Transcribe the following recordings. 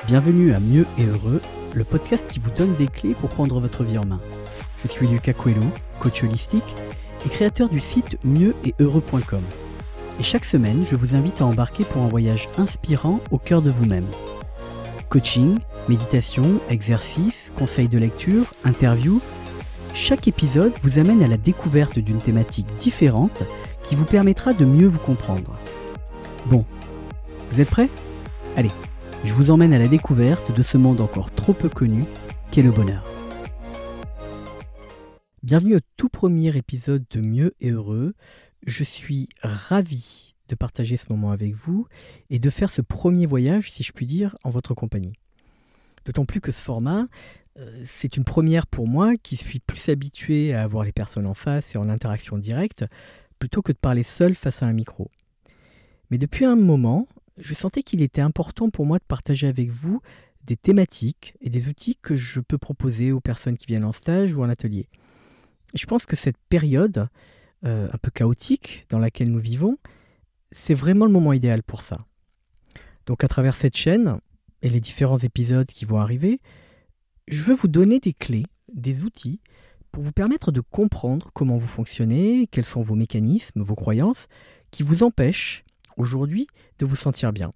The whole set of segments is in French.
Bienvenue à Mieux et Heureux, le podcast qui vous donne des clés pour prendre votre vie en main. Je suis Lucas Coelho, coach holistique et créateur du site mieux-et-heureux.com. Et chaque semaine, je vous invite à embarquer pour un voyage inspirant au cœur de vous-même. Coaching, méditation, exercices, conseils de lecture, interviews, chaque épisode vous amène à la découverte d'une thématique différente qui vous permettra de mieux vous comprendre. Bon, vous êtes prêts ? Allez, je vous emmène à la découverte de ce monde encore trop peu connu qu'est le bonheur. Bienvenue au tout premier épisode de Mieux et Heureux. Je suis ravi de partager ce moment avec vous et de faire ce premier voyage, si je puis dire, en votre compagnie. D'autant plus que ce format, c'est une première pour moi qui suis plus habitué à avoir les personnes en face et en interaction directe plutôt que de parler seul face à un micro. Mais depuis un moment, je sentais qu'il était important pour moi de partager avec vous des thématiques et des outils que je peux proposer aux personnes qui viennent en stage ou en atelier. Et je pense que cette période un peu chaotique dans laquelle nous vivons, c'est vraiment le moment idéal pour ça. Donc à travers cette chaîne et les différents épisodes qui vont arriver, je veux vous donner des clés, des outils pour vous permettre de comprendre comment vous fonctionnez, quels sont vos mécanismes, vos croyances qui vous empêchent aujourd'hui de vous sentir bien.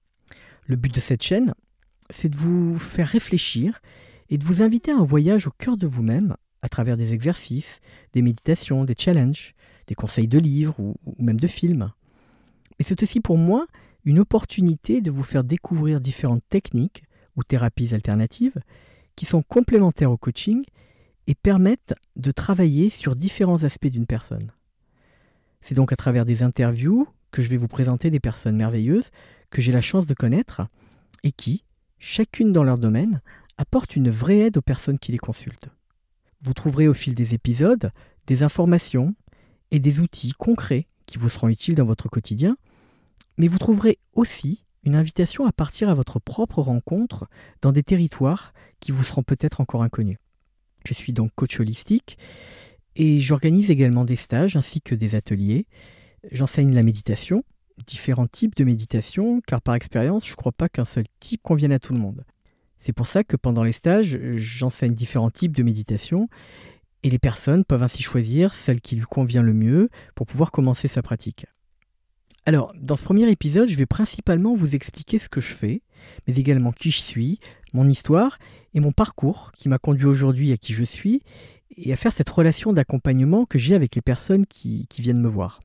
Le but de cette chaîne, c'est de vous faire réfléchir et de vous inviter à un voyage au cœur de vous-même à travers des exercices, des méditations, des challenges, des conseils de livres ou même de films. Et c'est aussi pour moi une opportunité de vous faire découvrir différentes techniques ou thérapies alternatives qui sont complémentaires au coaching et permettent de travailler sur différents aspects d'une personne. C'est donc à travers des interviews que je vais vous présenter des personnes merveilleuses que j'ai la chance de connaître et qui, chacune dans leur domaine, apportent une vraie aide aux personnes qui les consultent. Vous trouverez au fil des épisodes des informations et des outils concrets qui vous seront utiles dans votre quotidien, mais vous trouverez aussi une invitation à partir à votre propre rencontre dans des territoires qui vous seront peut-être encore inconnus. Je suis donc coach holistique et j'organise également des stages ainsi que des ateliers. J'enseigne la méditation, différents types de méditation, car par expérience, je ne crois pas qu'un seul type convienne à tout le monde. C'est pour ça que pendant les stages, j'enseigne différents types de méditation et les personnes peuvent ainsi choisir celle qui lui convient le mieux pour pouvoir commencer sa pratique. Alors, dans ce premier épisode, je vais principalement vous expliquer ce que je fais, mais également qui je suis, mon histoire et mon parcours qui m'a conduit aujourd'hui à qui je suis et à faire cette relation d'accompagnement que j'ai avec les personnes qui viennent me voir.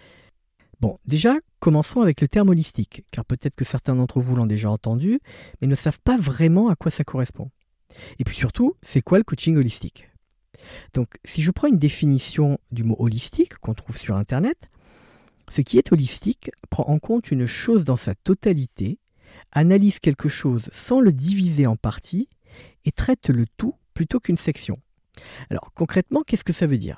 Bon, déjà, commençons avec le terme holistique, car peut-être que certains d'entre vous l'ont déjà entendu, mais ne savent pas vraiment à quoi ça correspond. Et puis surtout, c'est quoi le coaching holistique ? Donc, si je prends une définition du mot holistique qu'on trouve sur Internet, ce qui est holistique prend en compte une chose dans sa totalité, analyse quelque chose sans le diviser en parties et traite le tout plutôt qu'une section. Alors, concrètement, qu'est-ce que ça veut dire ?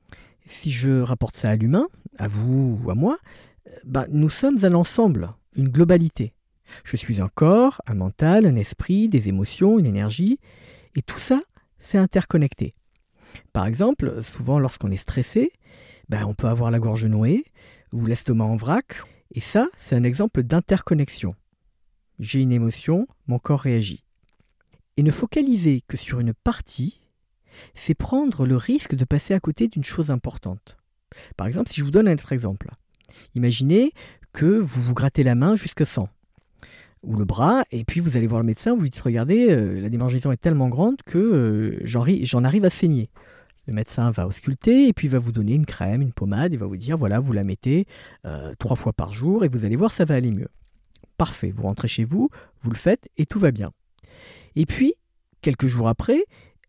Si je rapporte ça à l'humain, à vous ou à moi, nous sommes un ensemble, une globalité. Je suis un corps, un mental, un esprit, des émotions, une énergie, et tout ça, c'est interconnecté. Par exemple, souvent lorsqu'on est stressé, on peut avoir la gorge nouée ou l'estomac en vrac, et ça, c'est un exemple d'interconnexion. J'ai une émotion, mon corps réagit. Et ne focaliser que sur une partie, c'est prendre le risque de passer à côté d'une chose importante. Par exemple, si je vous donne un autre exemple, imaginez que vous vous grattez la main jusqu'à 100, ou le bras, et puis vous allez voir le médecin, vous lui dites « Regardez, la démangeaison est tellement grande que j'en arrive à saigner ». Le médecin va ausculter, et puis va vous donner une crème, une pommade, et va vous dire « Voilà, vous la mettez 3 fois par jour, et vous allez voir, ça va aller mieux ». Parfait, vous rentrez chez vous, vous le faites, et tout va bien. Et puis, quelques jours après,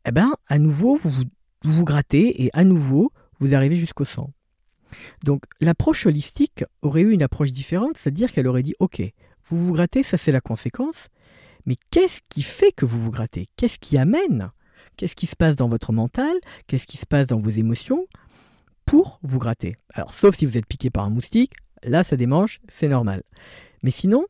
à nouveau, vous vous grattez et à nouveau, vous arrivez jusqu'au sang. Donc, l'approche holistique aurait eu une approche différente, c'est-à-dire qu'elle aurait dit « Ok, vous vous grattez, ça c'est la conséquence, mais qu'est-ce qui fait que vous vous grattez ? Qu'est-ce qui amène ? Qu'est-ce qui se passe dans votre mental ? Qu'est-ce qui se passe dans vos émotions pour vous gratter ?» Alors, sauf si vous êtes piqué par un moustique, là ça démange, c'est normal. Mais sinon,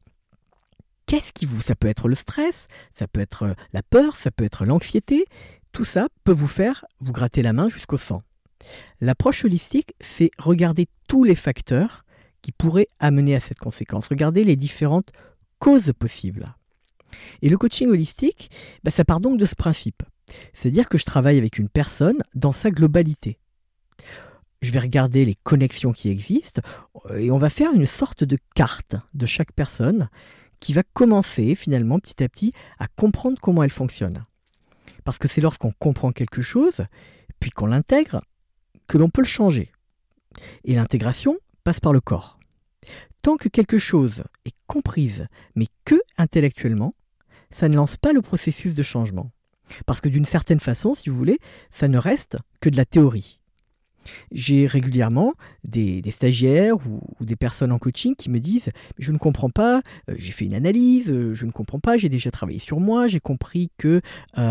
ça peut être le stress, ça peut être la peur, ça peut être l'anxiété. Tout ça peut vous faire vous gratter la main jusqu'au sang. L'approche holistique, c'est regarder tous les facteurs qui pourraient amener à cette conséquence. Regardez les différentes causes possibles. Et le coaching holistique, ça part donc de ce principe. C'est-à-dire que je travaille avec une personne dans sa globalité. Je vais regarder les connexions qui existent et on va faire une sorte de carte de chaque personne qui va commencer finalement petit à petit à comprendre comment elle fonctionne. Parce que c'est lorsqu'on comprend quelque chose, puis qu'on l'intègre, que l'on peut le changer. Et l'intégration passe par le corps. Tant que quelque chose est comprise, mais que intellectuellement, ça ne lance pas le processus de changement. Parce que d'une certaine façon, si vous voulez, ça ne reste que de la théorie. J'ai régulièrement des stagiaires ou des personnes en coaching qui me disent « je ne comprends pas, j'ai fait une analyse, je ne comprends pas, j'ai déjà travaillé sur moi, j'ai compris que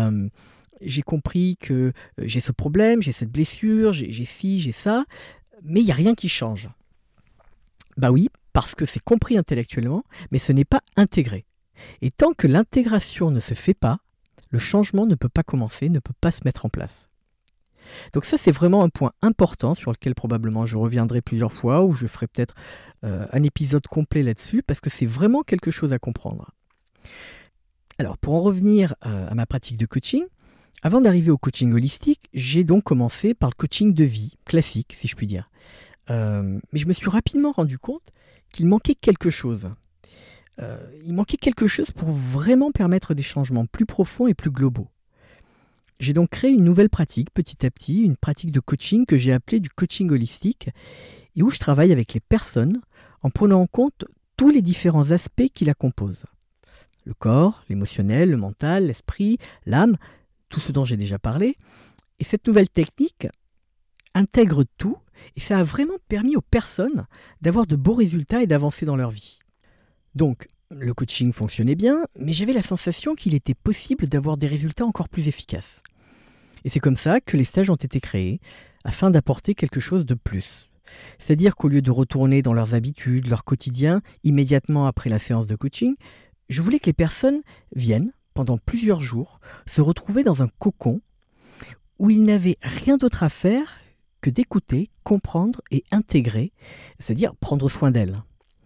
j'ai ce problème, j'ai cette blessure, j'ai ci, j'ai ça, mais il n'y a rien qui change. » Bah oui, parce que c'est compris intellectuellement, mais ce n'est pas intégré. Et tant que l'intégration ne se fait pas, le changement ne peut pas commencer, ne peut pas se mettre en place. Donc ça, c'est vraiment un point important sur lequel probablement je reviendrai plusieurs fois ou je ferai peut-être un épisode complet là-dessus parce que c'est vraiment quelque chose à comprendre. Alors, pour en revenir à ma pratique de coaching, avant d'arriver au coaching holistique, j'ai donc commencé par le coaching de vie, classique si je puis dire. Mais je me suis rapidement rendu compte qu'il manquait quelque chose. Il manquait quelque chose pour vraiment permettre des changements plus profonds et plus globaux. J'ai donc créé une nouvelle pratique petit à petit, une pratique de coaching que j'ai appelée du coaching holistique et où je travaille avec les personnes en prenant en compte tous les différents aspects qui la composent. Le corps, l'émotionnel, le mental, l'esprit, l'âme, tout ce dont j'ai déjà parlé. Et cette nouvelle technique intègre tout et ça a vraiment permis aux personnes d'avoir de beaux résultats et d'avancer dans leur vie. Donc, le coaching fonctionnait bien, mais j'avais la sensation qu'il était possible d'avoir des résultats encore plus efficaces. Et c'est comme ça que les stages ont été créés, afin d'apporter quelque chose de plus. C'est-à-dire qu'au lieu de retourner dans leurs habitudes, leur quotidien, immédiatement après la séance de coaching, je voulais que les personnes viennent, pendant plusieurs jours, se retrouver dans un cocon où ils n'avaient rien d'autre à faire que d'écouter, comprendre et intégrer, c'est-à-dire prendre soin d'elles.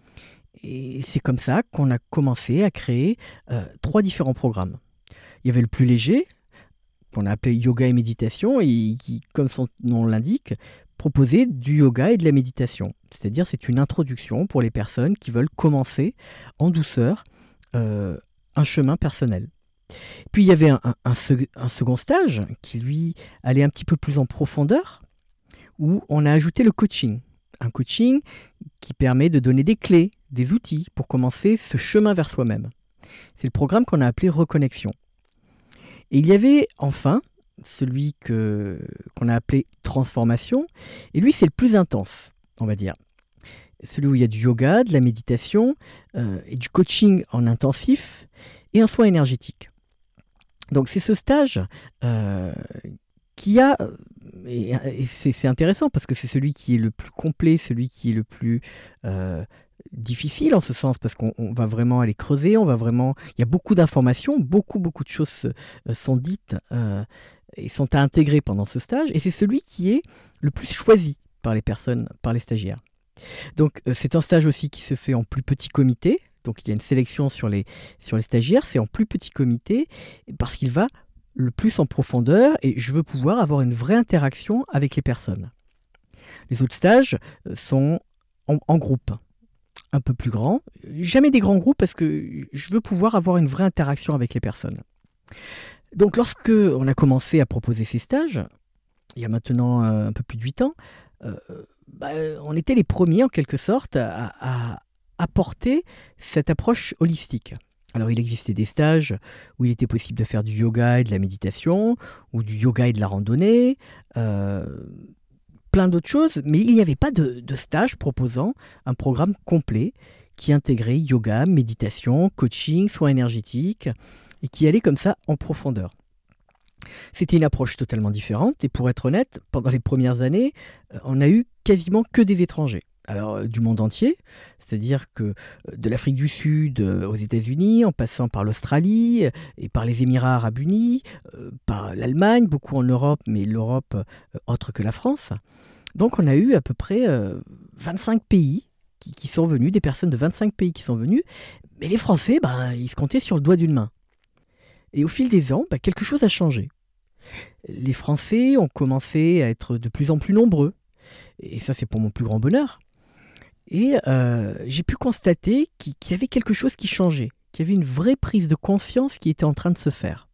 Et c'est comme ça qu'on a commencé à créer 3 différents programmes. Il y avait le plus léger, qu'on a appelé yoga et méditation, et qui, comme son nom l'indique, proposait du yoga et de la méditation. C'est-à-dire c'est une introduction pour les personnes qui veulent commencer en douceur un chemin personnel. Puis il y avait un second stage qui, lui, allait un petit peu plus en profondeur, où on a ajouté le coaching. Un coaching qui permet de donner des clés, des outils pour commencer ce chemin vers soi-même. C'est le programme qu'on a appelé Reconnexion. Et il y avait enfin celui qu'on a appelé Transformation, et lui c'est le plus intense, on va dire. Celui où il y a du yoga, de la méditation, et du coaching en intensif, et un soin énergétique. Donc c'est ce stage qui a... Et c'est intéressant parce que c'est celui qui est le plus complet, celui qui est le plus difficile en ce sens, parce qu'on va vraiment aller creuser, il y a beaucoup d'informations, beaucoup de choses sont dites et sont à intégrer pendant ce stage, et c'est celui qui est le plus choisi par les personnes, par les stagiaires. Donc c'est un stage aussi qui se fait en plus petit comité, donc il y a une sélection sur les stagiaires, c'est en plus petit comité, parce qu'il va le plus en profondeur et je veux pouvoir avoir une vraie interaction avec les personnes. Les autres stages sont en groupe, un peu plus grands. Jamais des grands groupes parce que je veux pouvoir avoir une vraie interaction avec les personnes. Donc lorsque on a commencé à proposer ces stages, il y a maintenant un peu plus de 8 ans, on était les premiers en quelque sorte à apporter cette approche holistique. Alors il existait des stages où il était possible de faire du yoga et de la méditation, ou du yoga et de la randonnée, plein d'autres choses, mais il n'y avait pas de stage proposant un programme complet qui intégrait yoga, méditation, coaching, soins énergétiques, et qui allait comme ça en profondeur. C'était une approche totalement différente, et pour être honnête, pendant les premières années, on n'a eu quasiment que des étrangers. Alors, du monde entier, c'est-à-dire que de l'Afrique du Sud aux États-Unis, en passant par l'Australie et par les Émirats Arabes Unis, par l'Allemagne, beaucoup en Europe, mais l'Europe autre que la France. Donc, on a eu à peu près 25 pays qui sont venus, des personnes de 25 pays qui sont venues, Mais les Français, ils se comptaient sur le doigt d'une main. Et au fil des ans, quelque chose a changé. Les Français ont commencé à être de plus en plus nombreux. Et ça, c'est pour mon plus grand bonheur. Et j'ai pu constater qu'il y avait quelque chose qui changeait, qu'il y avait une vraie prise de conscience qui était en train de se faire.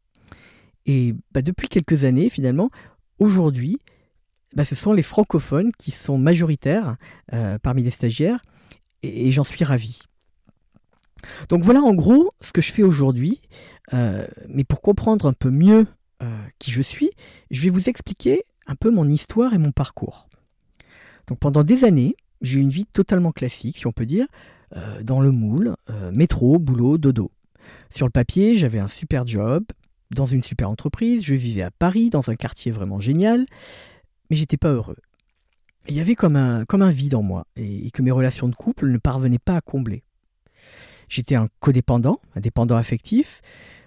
Et depuis quelques années, finalement, aujourd'hui, ce sont les francophones qui sont majoritaires parmi les stagiaires, et j'en suis ravi. Donc voilà en gros ce que je fais aujourd'hui, mais pour comprendre un peu mieux qui je suis, je vais vous expliquer un peu mon histoire et mon parcours. Donc pendant des années, j'ai eu une vie totalement classique, si on peut dire, dans le moule, métro, boulot, dodo. Sur le papier, j'avais un super job, dans une super entreprise, je vivais à Paris, dans un quartier vraiment génial, mais j'étais pas heureux. Il y avait comme un vide en moi, et que mes relations de couple ne parvenaient pas à combler. J'étais un codépendant, un dépendant affectif,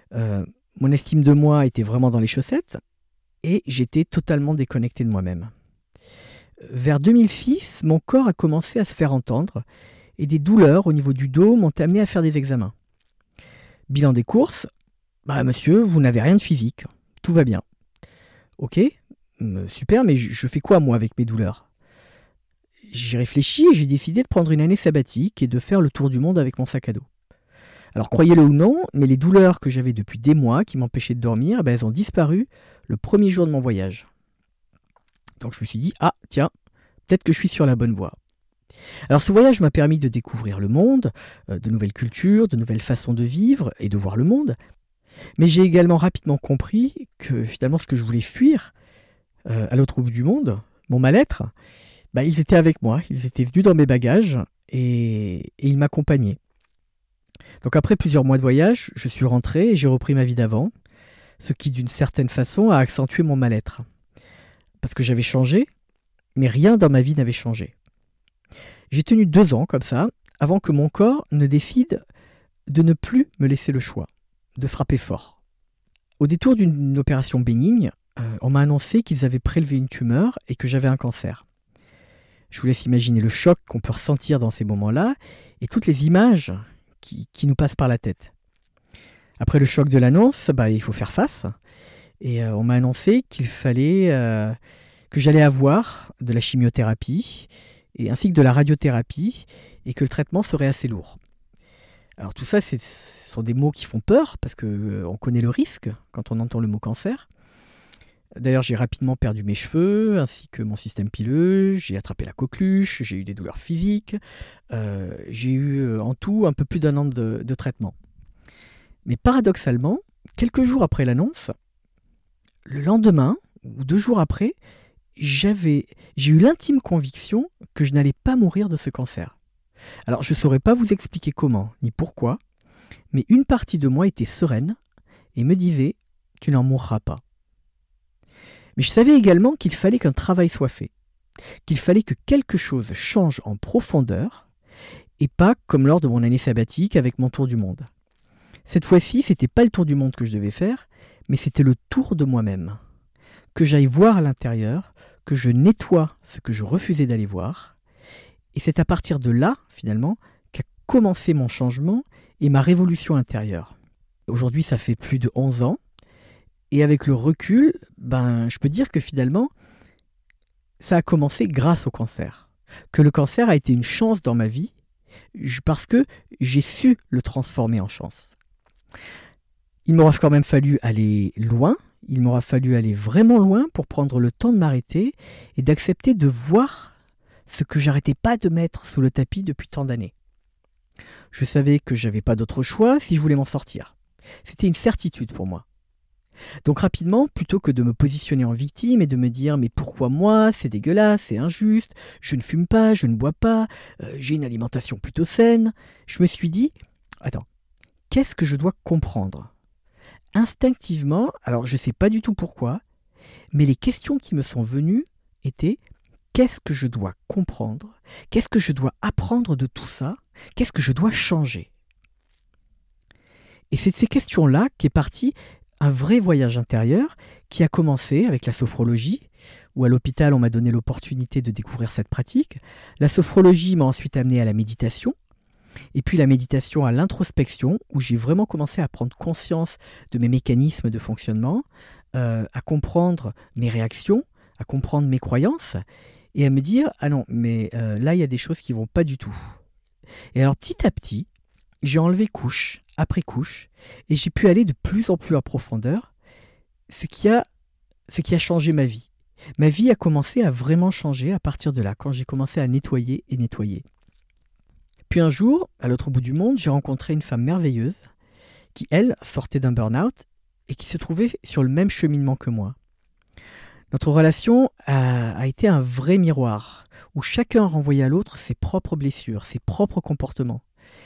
mon estime de moi était vraiment dans les chaussettes, et j'étais totalement déconnecté de moi-même. Vers 2006, mon corps a commencé à se faire entendre, et des douleurs au niveau du dos m'ont amené à faire des examens. Bilan des courses, monsieur, vous n'avez rien de physique, tout va bien. Ok, super, mais je fais quoi moi avec mes douleurs ? J'ai réfléchi et j'ai décidé de prendre une année sabbatique et de faire le tour du monde avec mon sac à dos. Alors croyez-le ou non, mais les douleurs que j'avais depuis des mois qui m'empêchaient de dormir, elles ont disparu le premier jour de mon voyage. Donc je me suis dit, tiens, peut-être que je suis sur la bonne voie. Alors ce voyage m'a permis de découvrir le monde, de nouvelles cultures, de nouvelles façons de vivre et de voir le monde. Mais j'ai également rapidement compris que finalement ce que je voulais fuir à l'autre bout du monde, mon mal-être, ils étaient avec moi, ils étaient venus dans mes bagages et ils m'accompagnaient. Donc après plusieurs mois de voyage, je suis rentré et j'ai repris ma vie d'avant, ce qui d'une certaine façon a accentué mon mal-être. Parce que j'avais changé, mais rien dans ma vie n'avait changé. J'ai tenu 2 ans comme ça, avant que mon corps ne décide de ne plus me laisser le choix, de frapper fort. Au détour d'une opération bénigne, on m'a annoncé qu'ils avaient prélevé une tumeur et que j'avais un cancer. Je vous laisse imaginer le choc qu'on peut ressentir dans ces moments-là et toutes les images qui nous passent par la tête. Après le choc de l'annonce, il faut faire face. Et on m'a annoncé qu'il fallait que j'allais avoir de la chimiothérapie ainsi que de la radiothérapie et que le traitement serait assez lourd. Alors tout ça, ce sont des mots qui font peur parce qu'on connaît le risque quand on entend le mot cancer. D'ailleurs, j'ai rapidement perdu mes cheveux, ainsi que mon système pileux, j'ai attrapé la coqueluche, j'ai eu des douleurs physiques, j'ai eu en tout un peu plus d'1 an de traitement. Mais paradoxalement, quelques jours après l'annonce, le lendemain, ou 2 jours après, j'ai eu l'intime conviction que je n'allais pas mourir de ce cancer. Alors, je ne saurais pas vous expliquer comment, ni pourquoi, mais une partie de moi était sereine et me disait « tu n'en mourras pas ». Mais je savais également qu'il fallait qu'un travail soit fait, qu'il fallait que quelque chose change en profondeur, et pas comme lors de mon année sabbatique avec mon tour du monde. Cette fois-ci, ce n'était pas le tour du monde que je devais faire, mais c'était le tour de moi-même. Que j'aille voir à l'intérieur, que je nettoie ce que je refusais d'aller voir. Et c'est à partir de là, finalement, qu'a commencé mon changement et ma révolution intérieure. Aujourd'hui, ça fait plus de 11 ans. Et avec le recul, je peux dire que finalement, ça a commencé grâce au cancer. Que le cancer a été une chance dans ma vie parce que j'ai su le transformer en chance. Il m'aura quand même fallu aller loin, il m'aura fallu aller vraiment loin pour prendre le temps de m'arrêter et d'accepter de voir ce que j'arrêtais pas de mettre sous le tapis depuis tant d'années. Je savais que j'avais pas d'autre choix si je voulais m'en sortir. C'était une certitude pour moi. Donc rapidement, plutôt que de me positionner en victime et de me dire « mais pourquoi moi, c'est dégueulasse, c'est injuste, je ne fume pas, je ne bois pas, j'ai une alimentation plutôt saine », je me suis dit « attends, qu'est-ce que je dois comprendre ?» Instinctivement, alors je ne sais pas du tout pourquoi, mais les questions qui me sont venues étaient « qu'est-ce que je dois comprendre ? Qu'est-ce que je dois apprendre de tout ça ? Qu'est-ce que je dois changer ?» Et c'est de ces questions-là qu'est parti un vrai voyage intérieur qui a commencé avec la sophrologie, où à l'hôpital on m'a donné l'opportunité de découvrir cette pratique. La sophrologie m'a ensuite amené à la méditation, Et puis la méditation à l'introspection, où j'ai vraiment commencé à prendre conscience de mes mécanismes de fonctionnement, à comprendre mes réactions, à comprendre mes croyances, et à me dire « Ah non, mais là, il y a des choses qui ne vont pas du tout ». Et alors petit à petit, j'ai enlevé couche après couche, et j'ai pu aller de plus en plus en profondeur, ce qui a changé ma vie. Ma vie a commencé à vraiment changer à partir de là, quand j'ai commencé à nettoyer et nettoyer. Puis un jour, à l'autre bout du monde, j'ai rencontré une femme merveilleuse qui, elle, sortait d'un burn-out et qui se trouvait sur le même cheminement que moi. Notre relation a été un vrai miroir, où chacun renvoyait à l'autre ses propres blessures, ses propres comportements.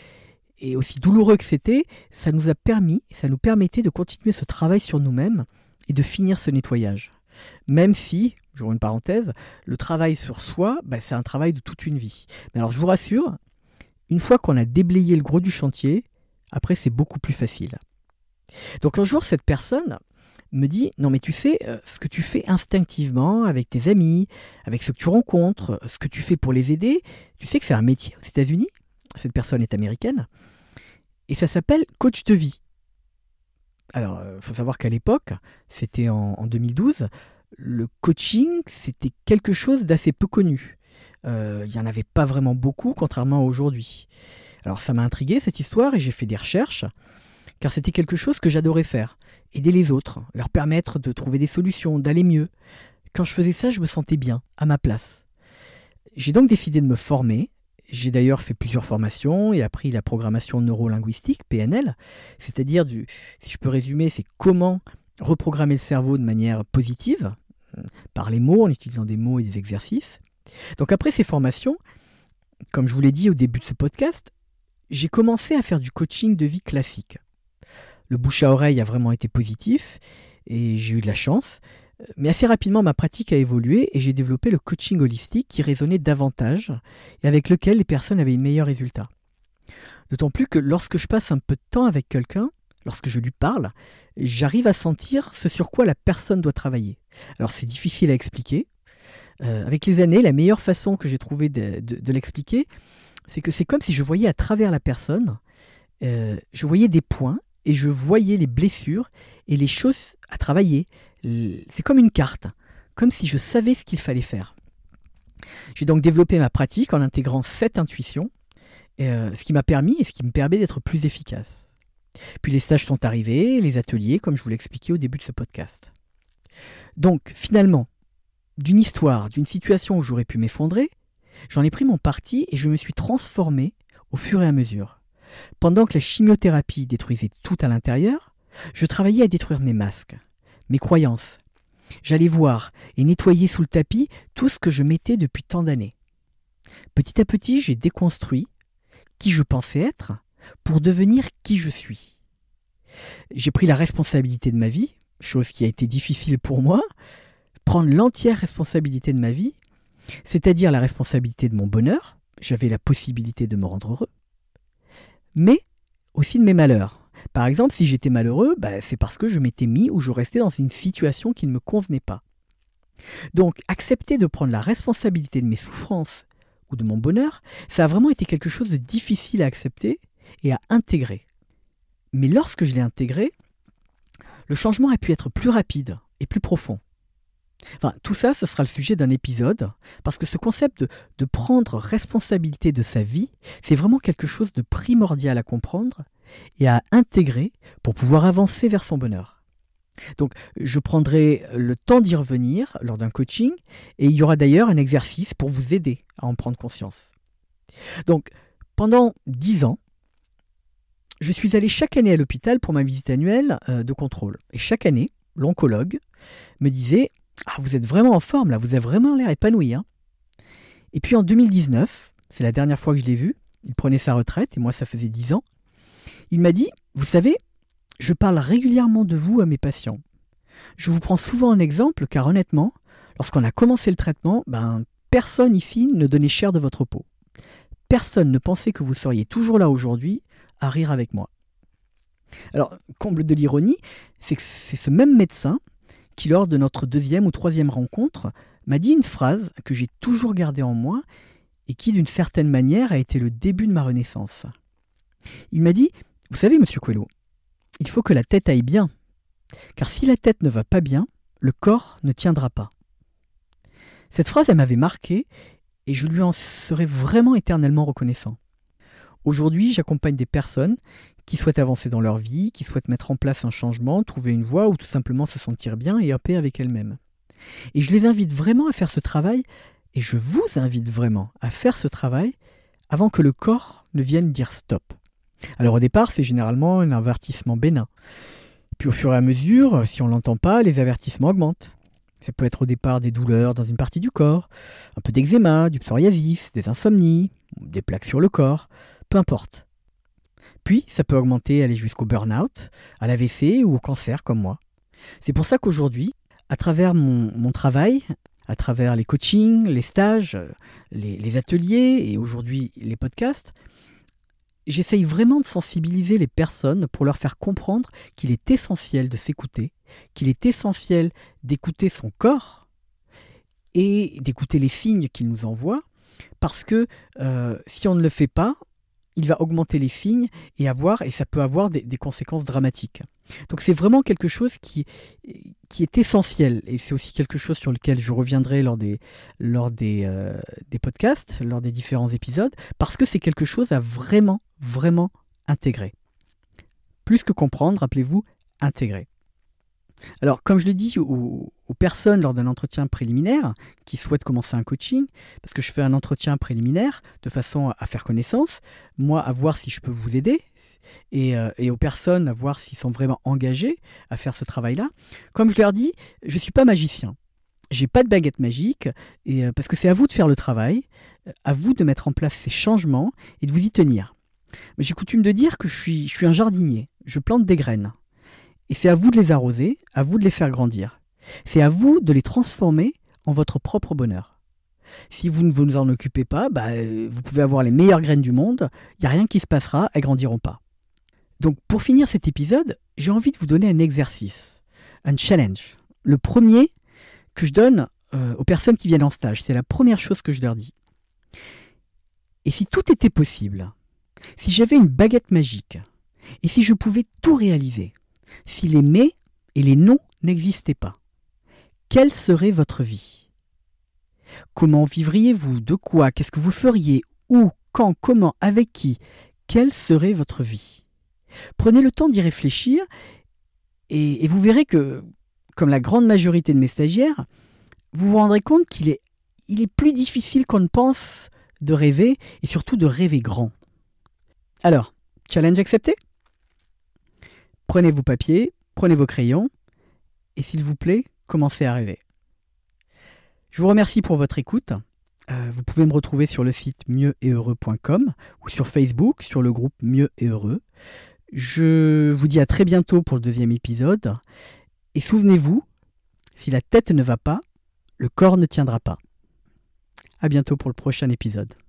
Et aussi douloureux que c'était, ça nous permettait de continuer ce travail sur nous-mêmes et de finir ce nettoyage. Même si, j'ouvre une parenthèse, le travail sur soi, c'est un travail de toute une vie. Mais alors je vous rassure, une fois qu'on a déblayé le gros du chantier, après c'est beaucoup plus facile. Donc un jour, cette personne me dit « Non mais tu sais, ce que tu fais instinctivement avec tes amis, avec ceux que tu rencontres, ce que tu fais pour les aider, tu sais que c'est un métier aux États-Unis ?» Cette personne est américaine. Et ça s'appelle coach de vie. Alors, il faut savoir qu'à l'époque, c'était en 2012, le coaching, c'était quelque chose d'assez peu connu. Il n'y en avait pas vraiment beaucoup, contrairement à aujourd'hui. Alors ça m'a intrigué cette histoire et j'ai fait des recherches, car c'était quelque chose que j'adorais faire. Aider les autres, leur permettre de trouver des solutions, d'aller mieux. Quand je faisais ça, je me sentais bien, à ma place. J'ai donc décidé de me former. J'ai d'ailleurs fait plusieurs formations et appris la programmation neurolinguistique, PNL, c'est-à-dire, si je peux résumer, c'est comment reprogrammer le cerveau de manière positive, par les mots, en utilisant des mots et des exercices. Donc après ces formations, comme je vous l'ai dit au début de ce podcast, j'ai commencé à faire du coaching de vie classique. Le bouche à oreille a vraiment été positif et j'ai eu de la chance, mais assez rapidement ma pratique a évolué et j'ai développé le coaching holistique qui résonnait davantage et avec lequel les personnes avaient de meilleurs résultats. D'autant plus que lorsque je passe un peu de temps avec quelqu'un, lorsque je lui parle, j'arrive à sentir ce sur quoi la personne doit travailler. Alors c'est difficile à expliquer. Avec les années, la meilleure façon que j'ai trouvé de l'expliquer, c'est que c'est comme si je voyais à travers la personne, je voyais des points et je voyais les blessures et les choses à travailler. C'est comme une carte, comme si je savais ce qu'il fallait faire. J'ai donc développé ma pratique en intégrant cette intuition, ce qui m'a permis et ce qui me permet d'être plus efficace. Puis les stages sont arrivés, les ateliers, comme je vous l'ai expliqué au début de ce podcast. Donc finalement, d'une histoire, d'une situation où j'aurais pu m'effondrer, j'en ai pris mon parti et je me suis transformé au fur et à mesure. Pendant que la chimiothérapie détruisait tout à l'intérieur, je travaillais à détruire mes masques, mes croyances. J'allais voir et nettoyer sous le tapis tout ce que je mettais depuis tant d'années. Petit à petit, j'ai déconstruit qui je pensais être pour devenir qui je suis. J'ai pris la responsabilité de ma vie, chose qui a été difficile pour moi, prendre l'entière responsabilité de ma vie, c'est-à-dire la responsabilité de mon bonheur, j'avais la possibilité de me rendre heureux, mais aussi de mes malheurs. Par exemple, si j'étais malheureux, c'est parce que je m'étais mis ou je restais dans une situation qui ne me convenait pas. Donc, accepter de prendre la responsabilité de mes souffrances ou de mon bonheur, ça a vraiment été quelque chose de difficile à accepter et à intégrer. Mais lorsque je l'ai intégré, le changement a pu être plus rapide et plus profond. Enfin, tout ça, ce sera le sujet d'un épisode, parce que ce concept de prendre responsabilité de sa vie, c'est vraiment quelque chose de primordial à comprendre et à intégrer pour pouvoir avancer vers son bonheur. Donc, je prendrai le temps d'y revenir lors d'un coaching, et il y aura d'ailleurs un exercice pour vous aider à en prendre conscience. Donc, pendant 10 ans, je suis allé chaque année à l'hôpital pour ma visite annuelle de contrôle. Et chaque année, l'oncologue me disait « Ah, vous êtes vraiment en forme là, vous avez vraiment l'air épanoui. Hein ?» Et puis en 2019, c'est la dernière fois que je l'ai vu, il prenait sa retraite et moi ça faisait 10 ans, il m'a dit « Vous savez, je parle régulièrement de vous à mes patients. Je vous prends souvent un exemple car honnêtement, lorsqu'on a commencé le traitement, personne ici ne donnait cher de votre peau. Personne ne pensait que vous seriez toujours là aujourd'hui à rire avec moi. » Alors, comble de l'ironie, c'est que c'est ce même médecin qui, lors de notre 2e ou 3e rencontre, m'a dit une phrase que j'ai toujours gardée en moi et qui, d'une certaine manière, a été le début de ma renaissance. Il m'a dit « Vous savez, monsieur Coelho, il faut que la tête aille bien, car si la tête ne va pas bien, le corps ne tiendra pas. » Cette phrase, elle m'avait marqué et je lui en serai vraiment éternellement reconnaissant. Aujourd'hui, j'accompagne des personnes qui souhaitent avancer dans leur vie, qui souhaitent mettre en place un changement, trouver une voie ou tout simplement se sentir bien et en paix avec elles-mêmes. Et je les invite vraiment à faire ce travail, et je vous invite vraiment à faire ce travail avant que le corps ne vienne dire stop. Alors au départ, c'est généralement un avertissement bénin. Puis au fur et à mesure, si on ne l'entend pas, les avertissements augmentent. Ça peut être au départ des douleurs dans une partie du corps, un peu d'eczéma, du psoriasis, des insomnies, des plaques sur le corps, peu importe. Puis ça peut augmenter, aller jusqu'au burn-out, à l'AVC ou au cancer comme moi. C'est pour ça qu'aujourd'hui, à travers mon travail, à travers les coachings, les stages, les ateliers et aujourd'hui les podcasts, j'essaye vraiment de sensibiliser les personnes pour leur faire comprendre qu'il est essentiel de s'écouter, qu'il est essentiel d'écouter son corps et d'écouter les signes qu'il nous envoie, parce que si on ne le fait pas, il va augmenter les signes et ça peut avoir des conséquences dramatiques. Donc c'est vraiment quelque chose qui est essentiel, et c'est aussi quelque chose sur lequel je reviendrai lors des podcasts, lors des différents épisodes, parce que c'est quelque chose à vraiment intégrer. Plus que comprendre, rappelez-vous, intégrer. Alors, comme je l'ai dit aux personnes lors d'un entretien préliminaire qui souhaitent commencer un coaching, parce que je fais un entretien préliminaire de façon à faire connaissance, moi à voir si je peux vous aider, et aux personnes à voir s'ils sont vraiment engagés à faire ce travail-là. Comme je leur dis, je ne suis pas magicien. J'ai pas de baguette magique, parce que c'est à vous de faire le travail, à vous de mettre en place ces changements et de vous y tenir. Mais j'ai coutume de dire que je suis un jardinier, je plante des graines. Et c'est à vous de les arroser, à vous de les faire grandir. C'est à vous de les transformer en votre propre bonheur. Si vous ne vous en occupez pas, vous pouvez avoir les meilleures graines du monde, il n'y a rien qui se passera, elles ne grandiront pas. Donc pour finir cet épisode, j'ai envie de vous donner un exercice, un challenge. Le premier que je donne aux personnes qui viennent en stage, c'est la première chose que je leur dis. Et si tout était possible, si j'avais une baguette magique, et si je pouvais tout réaliser, si les mais et les non n'existaient pas, quelle serait votre vie ? Comment vivriez-vous ? De quoi ? Qu'est-ce que vous feriez ? Où ? Quand ? Comment ? Avec qui ? Quelle serait votre vie ? Prenez le temps d'y réfléchir et vous verrez que, comme la grande majorité de mes stagiaires, vous vous rendrez compte qu'il est plus difficile qu'on ne pense de rêver et surtout de rêver grand. Alors, challenge accepté ? Prenez vos papiers, prenez vos crayons et s'il vous plaît, commencez à rêver. Je vous remercie pour votre écoute. Vous pouvez me retrouver sur le site mieuxetheureux.com ou sur Facebook, sur le groupe Mieux et Heureux. Je vous dis à très bientôt pour le deuxième épisode. Et souvenez-vous, si la tête ne va pas, le corps ne tiendra pas. À bientôt pour le prochain épisode.